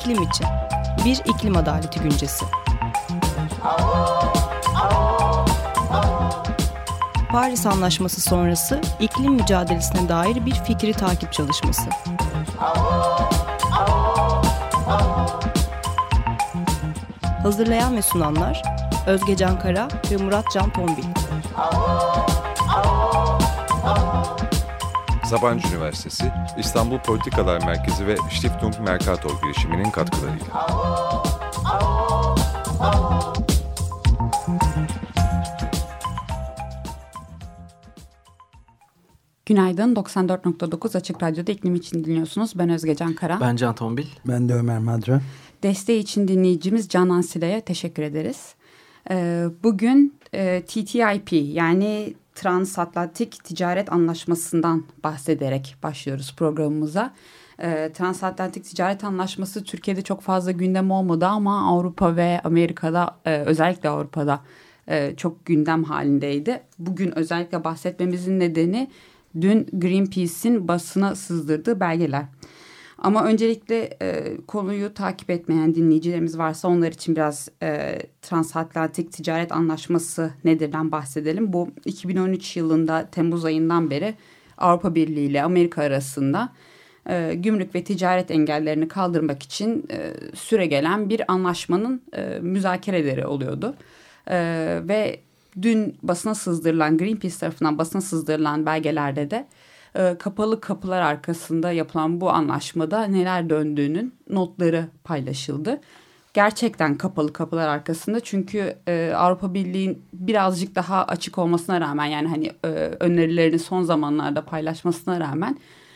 İklim için. Bir iklim adaleti güncesi. Paris Anlaşması sonrası iklim mücadelesine dair bir fikri takip çalışması. Hazırlayan ve sunanlar Özge Can Kara ve Murat Can Tombil. Sabancı Üniversitesi, İstanbul Politikalar Merkezi ve Stiftung Mercator girişiminin katkılarıyla. Günaydın, 94.9 Açık Radyo'da iklim için dinliyorsunuz. Ben Özge Can Kara. Ben Can Tombil. Ben de Ömer Madra. Desteği için dinleyicimiz Canan Sile'ye teşekkür ederiz. Bugün TTIP yani Transatlantik Ticaret Anlaşması'ndan bahsederek başlıyoruz programımıza. Transatlantik Ticaret Anlaşması Türkiye'de çok fazla gündem olmadı ama Avrupa ve Amerika'da özellikle Avrupa'da çok gündem halindeydi. Bugün özellikle bahsetmemizin nedeni dün Greenpeace'in basına sızdırdığı belgeler. Ama öncelikle konuyu takip etmeyen dinleyicilerimiz varsa onlar için biraz Transatlantik Ticaret Anlaşması nedirden bahsedelim. Bu 2013 yılında Temmuz ayından beri Avrupa Birliği ile Amerika arasında gümrük ve ticaret engellerini kaldırmak için süregelen bir anlaşmanın müzakereleri oluyordu. Ve dün basına sızdırılan Greenpeace tarafından basına sızdırılan belgelerde de kapalı kapılar arkasında yapılan bu anlaşmada neler döndüğünün notları paylaşıldı. Gerçekten kapalı kapılar arkasında çünkü Avrupa Birliği'nin birazcık daha açık olmasına rağmen yani hani önerilerini son zamanlarda paylaşmasına rağmen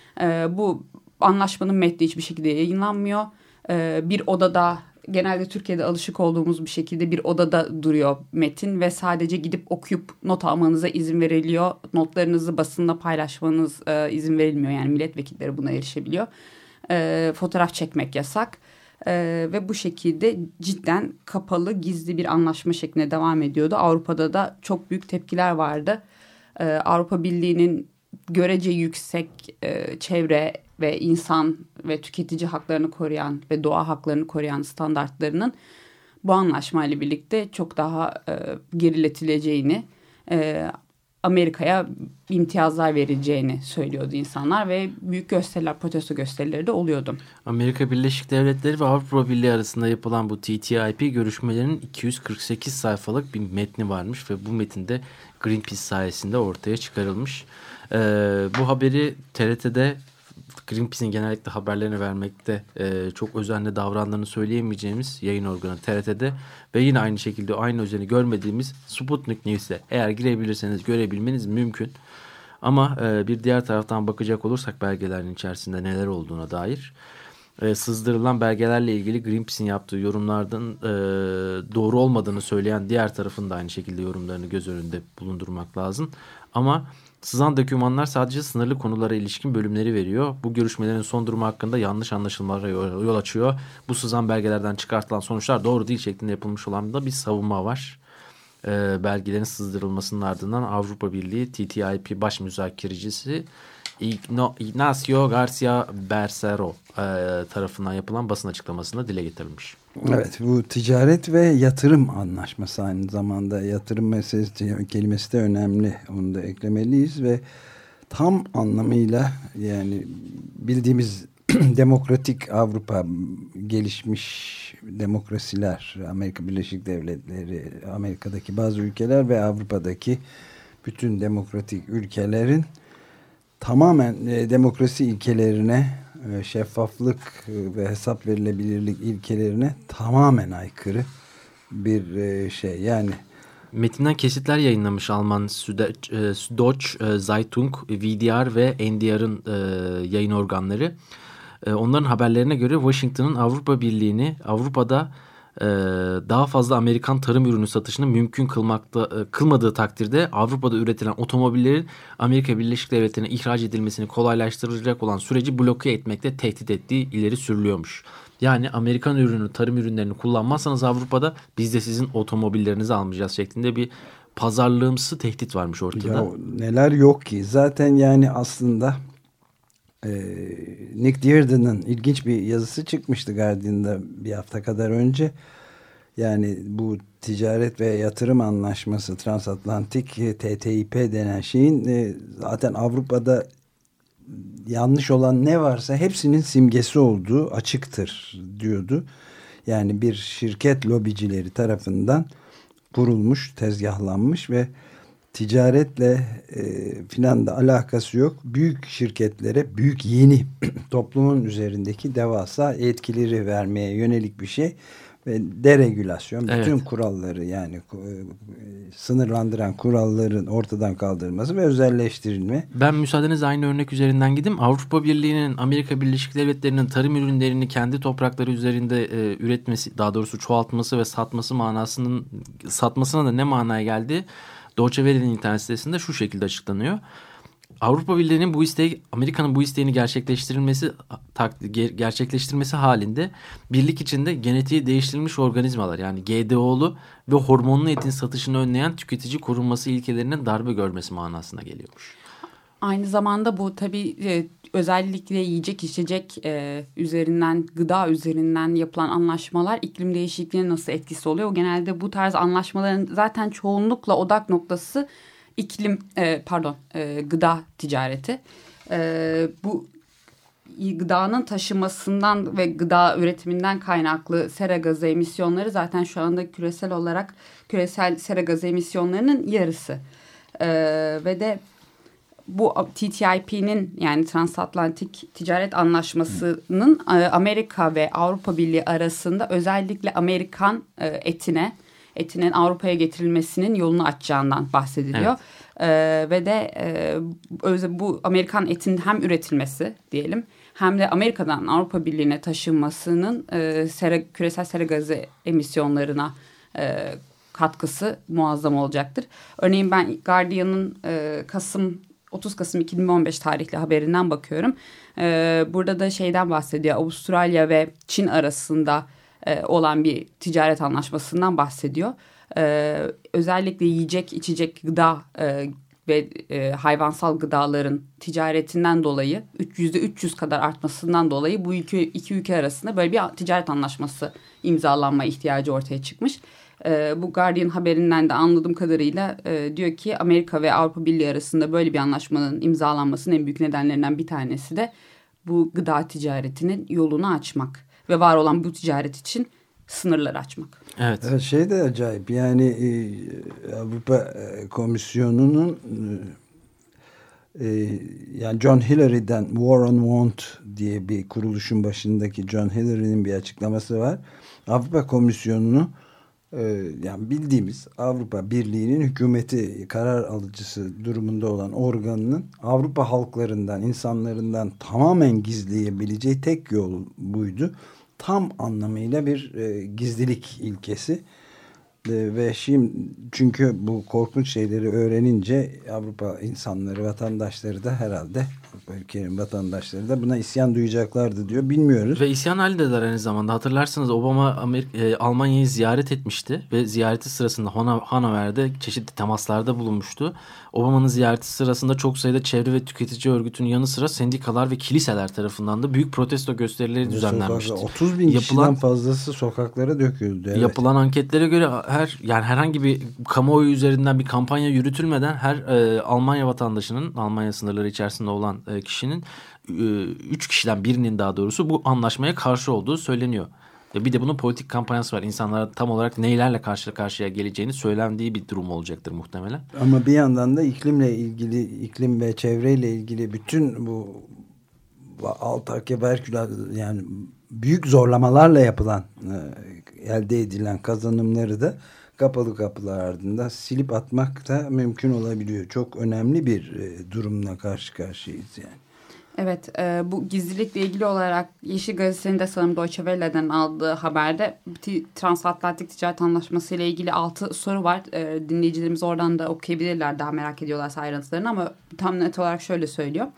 bu anlaşmanın metni hiçbir şekilde yayınlanmıyor. Bir odada genelde Türkiye'de alışık olduğumuz bir şekilde bir odada duruyor metin ve sadece gidip okuyup not almanıza izin veriliyor. Notlarınızı basında paylaşmanız izin verilmiyor. Yani milletvekilleri buna erişebiliyor. Fotoğraf çekmek yasak. Ve bu şekilde cidden kapalı gizli bir anlaşma şeklinde devam ediyordu. Avrupa'da da çok büyük tepkiler vardı. Avrupa Birliği'nin görece yüksek çevre ve insan ve tüketici haklarını koruyan ve doğa haklarını koruyan standartlarının bu anlaşmayla birlikte çok daha geriletileceğini, Amerika'ya imtiyazlar verileceğini söylüyordu insanlar ve büyük gösteriler, protesto gösterileri de oluyordu. Amerika Birleşik Devletleri ve Avrupa Birliği arasında yapılan bu TTIP görüşmelerinin 248 sayfalık bir metni varmış ve bu metinde Greenpeace sayesinde ortaya çıkarılmış. Bu haberi TRT'de Greenpeace'in genellikle haberlerini vermekte çok özenli davrandığını söyleyemeyeceğimiz yayın organı TRT'de ve yine aynı şekilde aynı özeni görmediğimiz Sputnik News'e eğer girebilirseniz görebilmeniz mümkün. Ama bir diğer taraftan bakacak olursak belgelerin içerisinde neler olduğuna dair sızdırılan belgelerle ilgili Greenpeace'in yaptığı yorumlardan doğru olmadığını söyleyen diğer tarafın da aynı şekilde yorumlarını göz önünde bulundurmak lazım. Ama sızan dokümanlar sadece sınırlı konulara ilişkin bölümleri veriyor. Bu görüşmelerin son durumu hakkında yanlış anlaşılmalara yol açıyor. Bu sızan belgelerden çıkartılan sonuçlar doğru değil şeklinde yapılmış olan da bir savunma var. Belgelerin sızdırılmasının ardından Avrupa Birliği TTIP baş müzakerecisi Ignacio Garcia Bercero tarafından yapılan basın açıklamasında dile getirilmiş. Evet, bu ticaret ve yatırım anlaşması aynı zamanda yatırım meselesi kelimesi de önemli. Onu da eklemeliyiz ve tam anlamıyla yani bildiğimiz demokratik Avrupa, gelişmiş demokrasiler, Amerika Birleşik Devletleri, Amerika'daki bazı ülkeler ve Avrupa'daki bütün demokratik ülkelerin tamamen demokrasi ilkelerine, şeffaflık ve hesap verilebilirlik ilkelerine tamamen aykırı bir şey. Yani metinden kesitler yayınlamış Alman Süddeutsche Zeitung, VDR ve NDR'ın yayın organları. Onların haberlerine göre Washington'ın Avrupa Birliği'ni Avrupa'da daha fazla Amerikan tarım ürünü satışını mümkün kılmadığı takdirde Avrupa'da üretilen otomobillerin Amerika Birleşik Devletleri'ne ihraç edilmesini kolaylaştıracak olan süreci bloke etmekte tehdit ettiği ileri sürülüyormuş. Yani Amerikan ürünü, tarım ürünlerini kullanmazsanız Avrupa'da biz de sizin otomobillerinizi almayacağız şeklinde bir pazarlığımsı tehdit varmış ortada. Ya neler yok ki zaten yani aslında Nick Dearden'ın ilginç bir yazısı çıkmıştı Guardian'da bir hafta kadar önce. Yani bu ticaret ve yatırım anlaşması, transatlantik TTIP denen şeyin zaten Avrupa'da yanlış olan ne varsa hepsinin simgesi olduğu açıktır diyordu. Yani bir şirket lobicileri tarafından kurulmuş, tezgahlanmış ve ticaretle filan da alakası yok. Büyük şirketlere, büyük yeni toplumun üzerindeki devasa etkileri vermeye yönelik bir şey. Ve deregülasyon, bütün kuralları yani sınırlandıran kuralların ortadan kaldırılması ve özelleştirilme. Ben müsaadenizle aynı örnek üzerinden gideyim. Avrupa Birliği'nin Amerika Birleşik Devletleri'nin tarım ürünlerini kendi toprakları üzerinde üretmesi, daha doğrusu çoğaltması ve satmasına da ne manaya geldi? Deutsche Welle'nin internet sitesinde şu şekilde açıklanıyor. Avrupa Birliği'nin bu isteği, Amerika'nın bu isteğini gerçekleştirmesi halinde birlik içinde genetiği değiştirilmiş organizmalar yani GDO'lu ve hormonlu etin satışını önleyen tüketici korunması ilkelerinin darbe görmesi manasına geliyormuş. Aynı zamanda bu tabii özellikle yiyecek içecek üzerinden, gıda üzerinden yapılan anlaşmalar iklim değişikliğine nasıl etkisi oluyor? Genelde bu tarz anlaşmaların zaten çoğunlukla odak noktası gıda ticareti. Bu gıdanın taşımasından ve gıda üretiminden kaynaklı sera gazı emisyonları zaten şu anda küresel sera gazı emisyonlarının yarısı. Ve de bu TTIP'nin yani Transatlantik Ticaret Anlaşması'nın Amerika ve Avrupa Birliği arasında özellikle Amerikan etinin Avrupa'ya getirilmesinin yolunu açacağından bahsediliyor. Evet. Ve de bu Amerikan etin hem üretilmesi diyelim hem de Amerika'dan Avrupa Birliği'ne taşınmasının küresel sera gazı emisyonlarına katkısı muazzam olacaktır. Örneğin ben Guardian'ın 30 Kasım 2015 tarihli haberinden bakıyorum. Burada da şeyden bahsediyor. Avustralya ve Çin arasında olan bir ticaret anlaşmasından bahsediyor. Özellikle yiyecek, içecek, gıda ve hayvansal gıdaların ticaretinden dolayı %300 kadar artmasından dolayı bu iki ülke arasında böyle bir ticaret anlaşması imzalanma ihtiyacı ortaya çıkmış. Bu Guardian haberinden de anladığım kadarıyla diyor ki Amerika ve Avrupa Birliği arasında böyle bir anlaşmanın imzalanmasının en büyük nedenlerinden bir tanesi de bu gıda ticaretinin yolunu açmak ve var olan bu ticaret için sınırları açmak. Evet. Şey de acayip yani Avrupa Komisyonu'nun yani John Hillary'den War on Want diye bir kuruluşun başındaki John Hillary'nin bir açıklaması var. Avrupa Komisyonu'nu yani bildiğimiz Avrupa Birliği'nin hükümeti, karar alıcısı durumunda olan organının Avrupa halklarından, insanlarından tamamen gizleyebileceği tek yol buydu. Tam anlamıyla bir gizlilik ilkesi. Ve şimdi çünkü bu korkunç şeyleri öğrenince Avrupa insanları, vatandaşları da herhalde ülkenin vatandaşları da buna isyan duyacaklardı diyor. Bilmiyoruz. Ve isyan halindeler aynı zamanda. Hatırlarsanız Obama Almanya'yı ziyaret etmişti ve ziyareti sırasında Hanover'de çeşitli temaslarda bulunmuştu. Obama'nın ziyareti sırasında çok sayıda çevre ve tüketici örgütünün yanı sıra sendikalar ve kiliseler tarafından da büyük protesto gösterileri düzenlenmişti. 30 bin kişiden fazlası sokaklara döküldü. Evet. Yapılan anketlere göre herhangi bir kamuoyu üzerinden bir kampanya yürütülmeden her Almanya vatandaşının, Almanya sınırları içerisinde olan kişinin 3 kişiden birinin daha doğrusu bu anlaşmaya karşı olduğu söyleniyor. Bir de bunun politik kampanyası var. İnsanlara tam olarak neylerle karşı karşıya geleceğini söylendiği bir durum olacaktır muhtemelen. Ama bir yandan da iklim ve çevreyle ilgili bütün bu alttaki yani büyük zorlamalarla yapılan elde edilen kazanımları da kapalı kapılar ardında silip atmak da mümkün olabiliyor. Çok önemli bir durumla karşı karşıyayız yani. Evet, bu gizlilikle ilgili olarak Yeşil Gazete'nin de sanırım Deutsche Welle'den aldığı haberde Transatlantik Ticaret Anlaşması ile ilgili 6 soru var. Dinleyicilerimiz oradan da okuyabilirler daha merak ediyorlarsa ayrıntılarını ama tam net olarak şöyle söylüyor.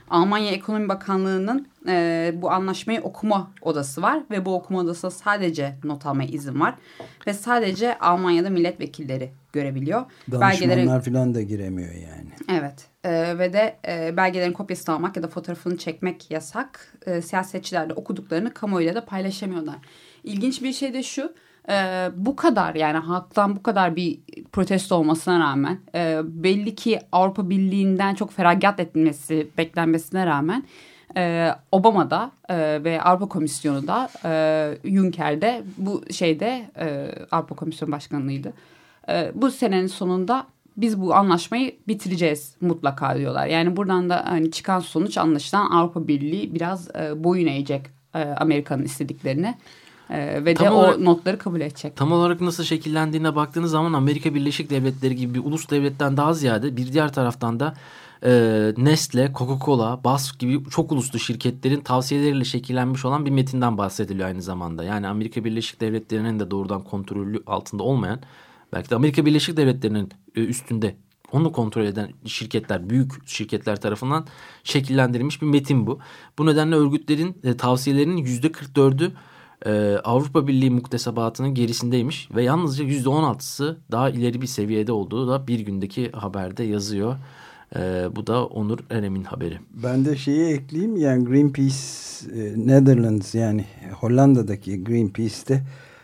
Almanya Ekonomi Bakanlığı'nın bu anlaşmayı okuma odası var ve bu okuma odasında sadece not almaya izin var ve sadece Almanya'da milletvekilleri görebiliyor. Danışmanlar falan da giremiyor yani. Evet ve de belgelerin kopyasını almak ya da fotoğrafını çekmek yasak. Siyasetçiler de okuduklarını kamuoyuyla da paylaşamıyorlar. İlginç bir şey de şu. Bu kadar yani halktan bu kadar bir protesto olmasına rağmen belli ki Avrupa Birliği'nden çok feragat etmesi beklenmesine rağmen Obama'da ve Avrupa Komisyonu da Juncker'de bu şeyde Avrupa Komisyonu Başkanlığı'ydı. Bu senenin sonunda biz bu anlaşmayı bitireceğiz mutlaka diyorlar. Yani buradan da hani çıkan sonuç anlaşılan Avrupa Birliği biraz boyun eğecek Amerika'nın istediklerine. Ve tam de olarak, o notları kabul edecek. Tam olarak nasıl şekillendiğine baktığınız zaman Amerika Birleşik Devletleri gibi bir ulus devletten daha ziyade bir diğer taraftan da Nestle, Coca-Cola, BASF gibi çok uluslu şirketlerin tavsiyeleriyle şekillenmiş olan bir metinden bahsediliyor aynı zamanda. Yani Amerika Birleşik Devletleri'nin de doğrudan kontrolü altında olmayan, belki de Amerika Birleşik Devletleri'nin üstünde onu kontrol eden şirketler, büyük şirketler tarafından şekillendirilmiş bir metin bu. Bu nedenle örgütlerin tavsiyelerinin %44'ü Avrupa Birliği muktesebatının gerisindeymiş ve yalnızca %16'sı daha ileri bir seviyede olduğu da bir gündeki haberde yazıyor. Bu da Onur Erem'in haberi. Ben de şeyi ekleyeyim, yani Greenpeace Netherlands, yani Hollanda'daki Greenpeace'te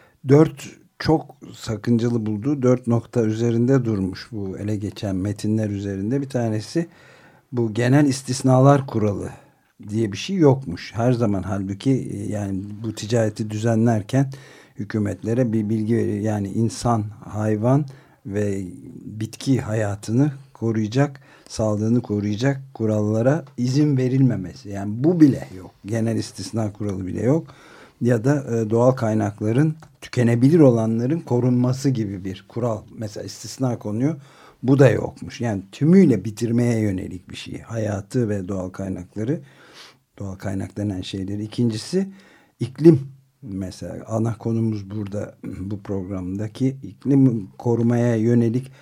4 çok sakıncalı bulduğu 4 nokta üzerinde durmuş bu ele geçen metinler üzerinde. Bir tanesi bu genel istisnalar kuralı diye bir şey yokmuş. Her zaman halbuki yani bu ticareti düzenlerken hükümetlere bir bilgi veriyor. Yani insan, hayvan ve bitki hayatını koruyacak, sağlığını koruyacak kurallara izin verilmemesi. Yani bu bile yok. Genel istisna kuralı bile yok. Ya da doğal kaynakların, tükenebilir olanların korunması gibi bir kural. Mesela istisna konuyor. Bu da yokmuş. Yani tümüyle bitirmeye yönelik bir şey. Hayatı ve doğal kaynakları. Doğal kaynak denen şeyleri. İkincisi iklim. Mesela ana konumuz burada bu programdaki iklim korumaya yönelik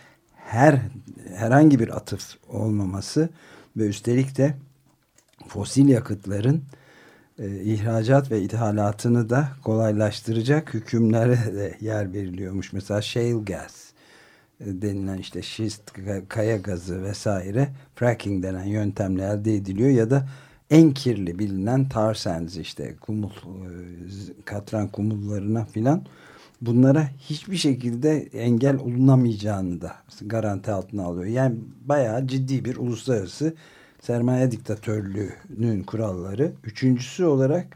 herhangi bir atıf olmaması ve üstelik de fosil yakıtların ihracat ve ithalatını da kolaylaştıracak hükümlere de yer veriliyormuş. Mesela shale gas denilen işte şist, kaya gazı vesaire fracking denen yöntemle elde ediliyor ya da en kirli bilinen tar sands, işte kumul, katran kumullarına filan, bunlara hiçbir şekilde engel olunamayacağını da garanti altına alıyor. Yani bayağı ciddi bir uluslararası sermaye diktatörlüğünün kuralları. Üçüncüsü olarak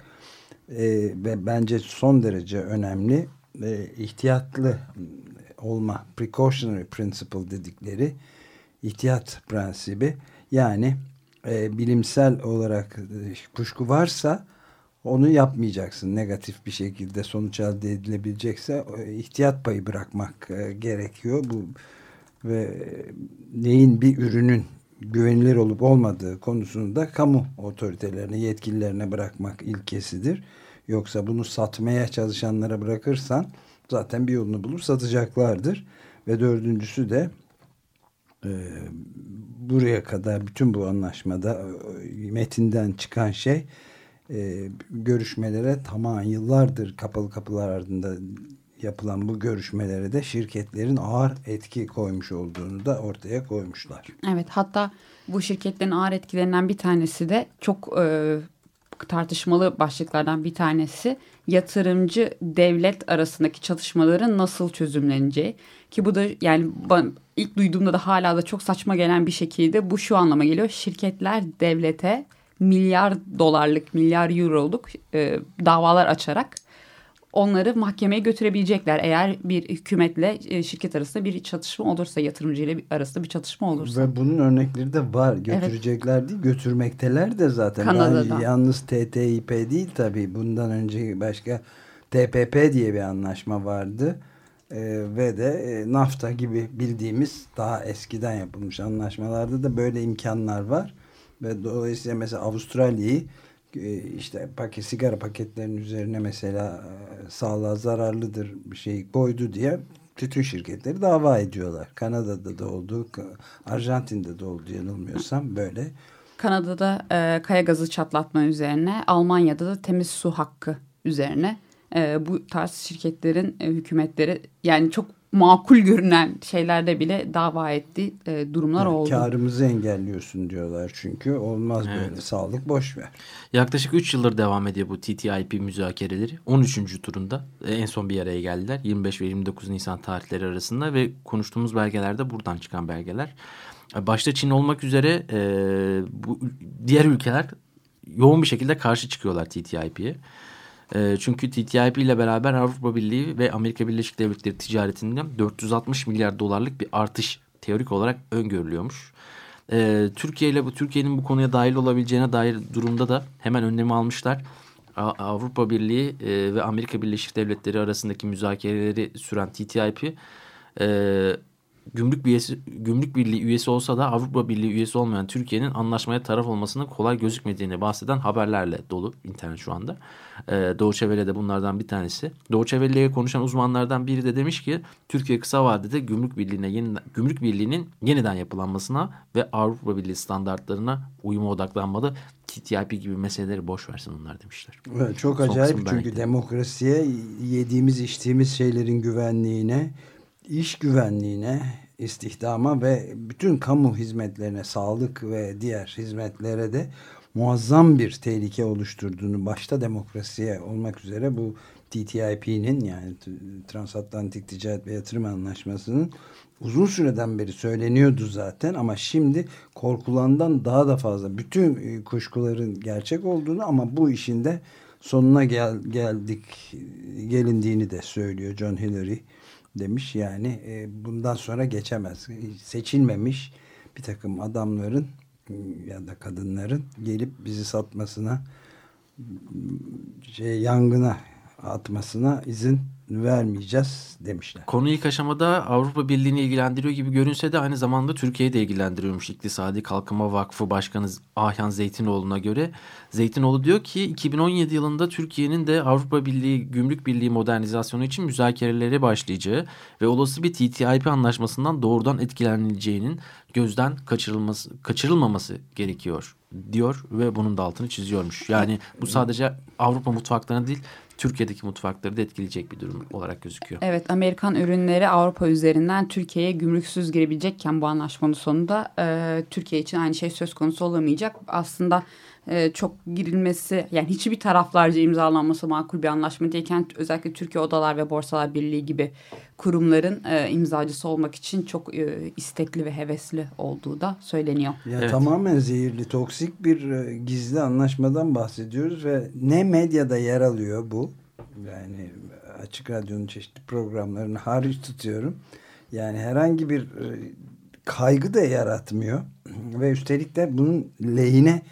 ve bence son derece önemli, ihtiyatlı olma, precautionary principle dedikleri ihtiyat prensibi. Yani bilimsel olarak kuşku varsa onu yapmayacaksın. Negatif bir şekilde sonuç elde edilebilecekse ihtiyat payı bırakmak gerekiyor. Bu ve neyin bir ürünün güvenilir olup olmadığı konusunda kamu otoritelerine, yetkililerine bırakmak ilkesidir. Yoksa bunu satmaya çalışanlara bırakırsan zaten bir yolunu bulup satacaklardır. Ve dördüncüsü de buraya kadar bütün bu anlaşmada metinden çıkan şey, görüşmelere tamamen yıllardır kapalı kapılar ardında yapılan bu görüşmelere de şirketlerin ağır etki koymuş olduğunu da ortaya koymuşlar. Evet, hatta bu şirketlerin ağır etkilerinden bir tanesi de çok tartışmalı başlıklardan bir tanesi yatırımcı devlet arasındaki çatışmaların nasıl çözümleneceği. Ki bu da yani ilk duyduğumda da hala da çok saçma gelen bir şekilde bu şu anlama geliyor. Şirketler devlete milyar dolarlık, milyar euroluk davalar açarak onları mahkemeye götürebilecekler. Eğer bir hükümetle şirket arasında bir çatışma olursa, yatırımcı ile arasında bir çatışma olursa. Ve bunun örnekleri de var. Götürecekler, evet, değil, götürmekteler de zaten. Kanada'da. Yalnız TTIP değil tabii. Bundan önce başka TPP diye bir anlaşma vardı. Ve de NAFTA gibi bildiğimiz daha eskiden yapılmış anlaşmalarda da böyle imkanlar var. Ve dolayısıyla mesela Avustralya'yı işte sigara paketlerinin üzerine mesela sağlığa zararlıdır bir şey koydu diye tütün şirketleri dava ediyorlar. Kanada'da da oldu, Arjantin'de de oldu yanılmıyorsam böyle. Kanada'da kaya gazı çatlatma üzerine, Almanya'da da temiz su hakkı üzerine bu tarz şirketlerin hükümetleri yani çok makul görünen şeylerde bile dava ettiği durumlar oldu. Kârımızı engelliyorsun diyorlar çünkü olmaz böyle sağlık boş ver. Yaklaşık 3 yıldır devam ediyor bu TTIP müzakereleri. 13. turunda en son bir araya geldiler. 25 ve 29 Nisan tarihleri arasında ve konuştuğumuz belgelerde buradan çıkan belgeler. Başta Çin olmak üzere bu diğer ülkeler yoğun bir şekilde karşı çıkıyorlar TTIP'ye. Çünkü TTIP ile beraber Avrupa Birliği ve Amerika Birleşik Devletleri ticaretinden 460 milyar dolarlık bir artış teorik olarak öngörülüyormuş. Türkiye'nin bu konuya dahil olabileceğine dair durumda da hemen önlemi almışlar. Avrupa Birliği ve Amerika Birleşik Devletleri arasındaki müzakereleri süren TTIP Gümrük Birliği üyesi olsa da Avrupa Birliği üyesi olmayan Türkiye'nin anlaşmaya taraf olmasının kolay gözükmediğini bahseden haberlerle dolu internet şu anda. Deutsche Welle de bunlardan bir tanesi. Deutsche Welle'ye konuşan uzmanlardan biri de demiş ki Türkiye kısa vadede Gümrük Birliği'nin yeniden yapılanmasına ve Avrupa Birliği standartlarına uyuma odaklanmalı. TTIP gibi meseleleri boş versin onlar demişler. Evet, çok acayip çünkü demokrasiye, yediğimiz içtiğimiz şeylerin güvenliğine, İş güvenliğine, istihdama ve bütün kamu hizmetlerine, sağlık ve diğer hizmetlere de muazzam bir tehlike oluşturduğunu, başta demokrasiye olmak üzere bu TTIP'nin yani Transatlantik Ticaret ve Yatırım Anlaşması'nın uzun süreden beri söyleniyordu zaten ama şimdi korkulandan daha da fazla bütün kuşkuların gerçek olduğunu ama bu işin de sonuna gelindiğini de söylüyor John Hillary. Demiş yani bundan sonra geçemez. Seçilmemiş bir takım adamların ya da kadınların gelip bizi satmasına, yangına atmasına izin vermeyeceğiz demişler. Konu ilk aşamada Avrupa Birliği'ni ilgilendiriyor gibi görünse de aynı zamanda Türkiye'yi de ilgilendiriyormuş. İktisadi Kalkınma Vakfı Başkanı Ahyan Zeytinoğlu'na göre. Zeytinoğlu diyor ki 2017 yılında Türkiye'nin de Avrupa Birliği Gümrük Birliği modernizasyonu için müzakerelere başlayacağı ve olası bir TTIP anlaşmasından doğrudan etkilenileceğinin gözden kaçırılmaması gerekiyor diyor ve bunun da altını çiziyormuş. Yani bu sadece Avrupa mutfaklarına değil Türkiye'deki mutfakları da etkileyecek bir durum olarak gözüküyor. Evet, Amerikan ürünleri Avrupa üzerinden Türkiye'ye gümrüksüz girebilecekken bu anlaşmanın sonunda Türkiye için aynı şey söz konusu olamayacak. Aslında çok girilmesi yani hiçbir taraflarca imzalanması makul bir anlaşma değilken özellikle Türkiye Odalar ve Borsalar Birliği gibi kurumların imzacısı olmak için çok istekli ve hevesli olduğu da söyleniyor. Ya evet. Tamamen zehirli, toksik bir gizli anlaşmadan bahsediyoruz ve ne medyada yer alıyor bu. Yani Açık Radyo'nun çeşitli programlarını hariç tutuyorum. Yani herhangi bir kaygı da yaratmıyor ve üstelik de bunun lehine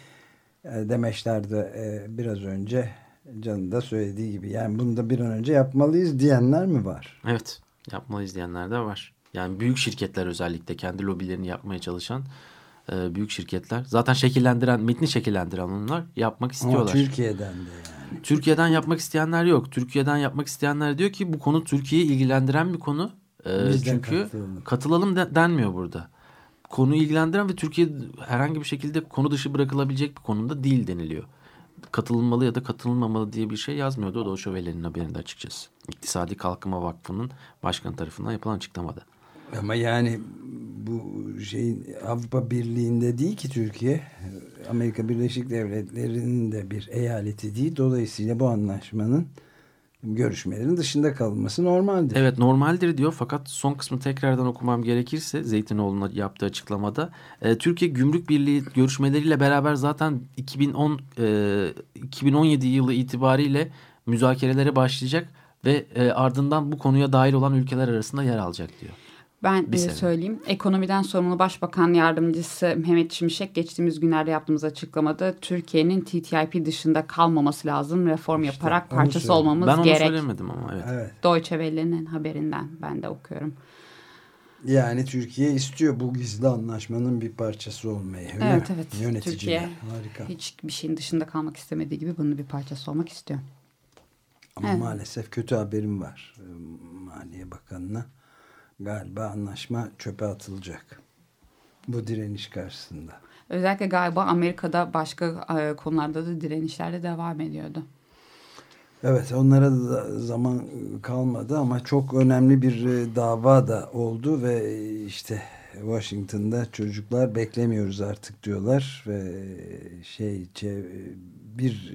demeçlerdi biraz önce Can'ın da söylediği gibi. Yani bunu da bir an önce yapmalıyız diyenler mi var? Evet, yapmalıyız diyenler de var. Yani büyük şirketler özellikle kendi lobilerini yapmaya çalışan büyük şirketler. Zaten metni şekillendiren onlar yapmak istiyorlar. Ama Türkiye'den de yani. Türkiye'den yapmak isteyenler yok. Türkiye'den yapmak isteyenler diyor ki bu konu Türkiye'yi ilgilendiren bir konu. Çünkü katılalım denmiyor burada. Konuyu ilgilendiren ve Türkiye herhangi bir şekilde konu dışı bırakılabilecek bir konumda değil deniliyor. Katılınmalı ya da katılınmamalı diye bir şey yazmıyordu. O da Deutsche Welle'nin haberinde açıkçası. İktisadi Kalkınma Vakfı'nın başkanı tarafından yapılan açıklamada. Ama yani bu şeyin Avrupa Birliği'nde değil ki Türkiye. Amerika Birleşik Devletleri'nin de bir eyaleti değil. Dolayısıyla bu anlaşmanın görüşmelerin dışında kalınması normaldir. Evet normaldir diyor fakat son kısmı tekrardan okumam gerekirse Zeytinoğlu'na yaptığı açıklamada Türkiye Gümrük Birliği görüşmeleriyle beraber zaten 2017 yılı itibariyle müzakerelere başlayacak ve ardından bu konuya dahil olan ülkeler arasında yer alacak diyor. Ben söyleyeyim. Ekonomiden sorumlu Başbakan Yardımcısı Mehmet Şimşek geçtiğimiz günlerde yaptığımız açıklamada Türkiye'nin TTIP dışında kalmaması lazım. Reform yaparak parçası olmamız gerek. Ben onu söylemedim ama evet. Deutsche Welle'nin haberinden ben de okuyorum. Yani Türkiye istiyor bu gizli anlaşmanın bir parçası olmayı. Evet. Yöneticiler. Türkiye harika. Hiçbir şeyin dışında kalmak istemediği gibi bunun bir parçası olmak istiyor. Ama maalesef kötü haberim var. Maliye Bakanı'na galiba anlaşma çöpe atılacak. bu direniş karşısında. Özellikle galiba Amerika'da başka konularda da direnişler de devam ediyordu. Evet, onlara da zaman kalmadı ama çok önemli bir dava da oldu ve işte Washington'da çocuklar beklemiyoruz artık diyorlar ve bir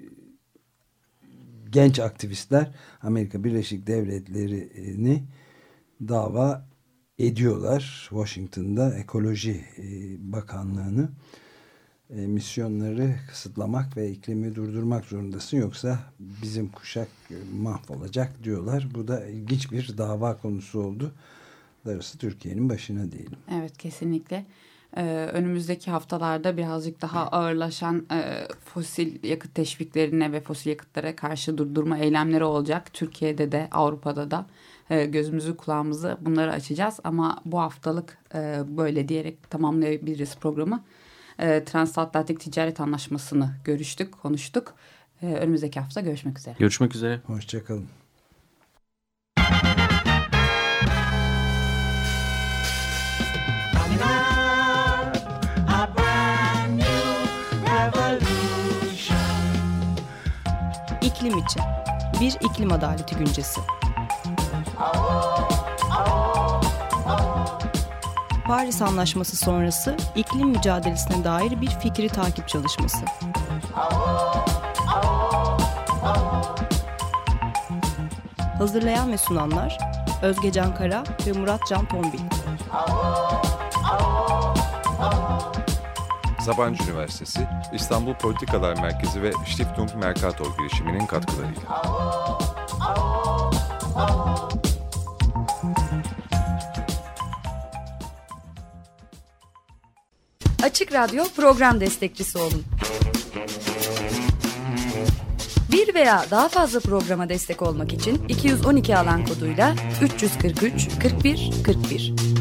genç aktivistler Amerika Birleşik Devletleri'ni dava ediyorlar. Washington'da Ekoloji Bakanlığı'nı emisyonları kısıtlamak ve iklimi durdurmak zorundasın, yoksa bizim kuşak mahvolacak diyorlar. Bu da ilginç bir dava konusu oldu. Darısı Türkiye'nin başına diyelim. Evet, kesinlikle. Önümüzdeki haftalarda birazcık daha ağırlaşan fosil yakıt teşviklerine ve fosil yakıtlara karşı durdurma eylemleri olacak. Türkiye'de de Avrupa'da da gözümüzü kulağımızı bunları açacağız. Ama bu haftalık böyle diyerek tamamlayabiliriz programı. Transatlantik Ticaret Anlaşması'nı görüştük, konuştuk. Önümüzdeki hafta görüşmek üzere. Görüşmek üzere. Hoşçakalın. İklim için bir iklim adaleti güncesi. Paris Anlaşması sonrası iklim mücadelesine dair bir fikri takip çalışması. Hazırlayan ve sunanlar Özge Can Kara ve Murat Can Tombil. Sabancı Üniversitesi, İstanbul Politikalar Merkezi ve Stiftung Mercator girişiminin katkılarıyla. Açık Radyo program destekçisi olun. Bir veya daha fazla programa destek olmak için 212 alan koduyla 343 41 41.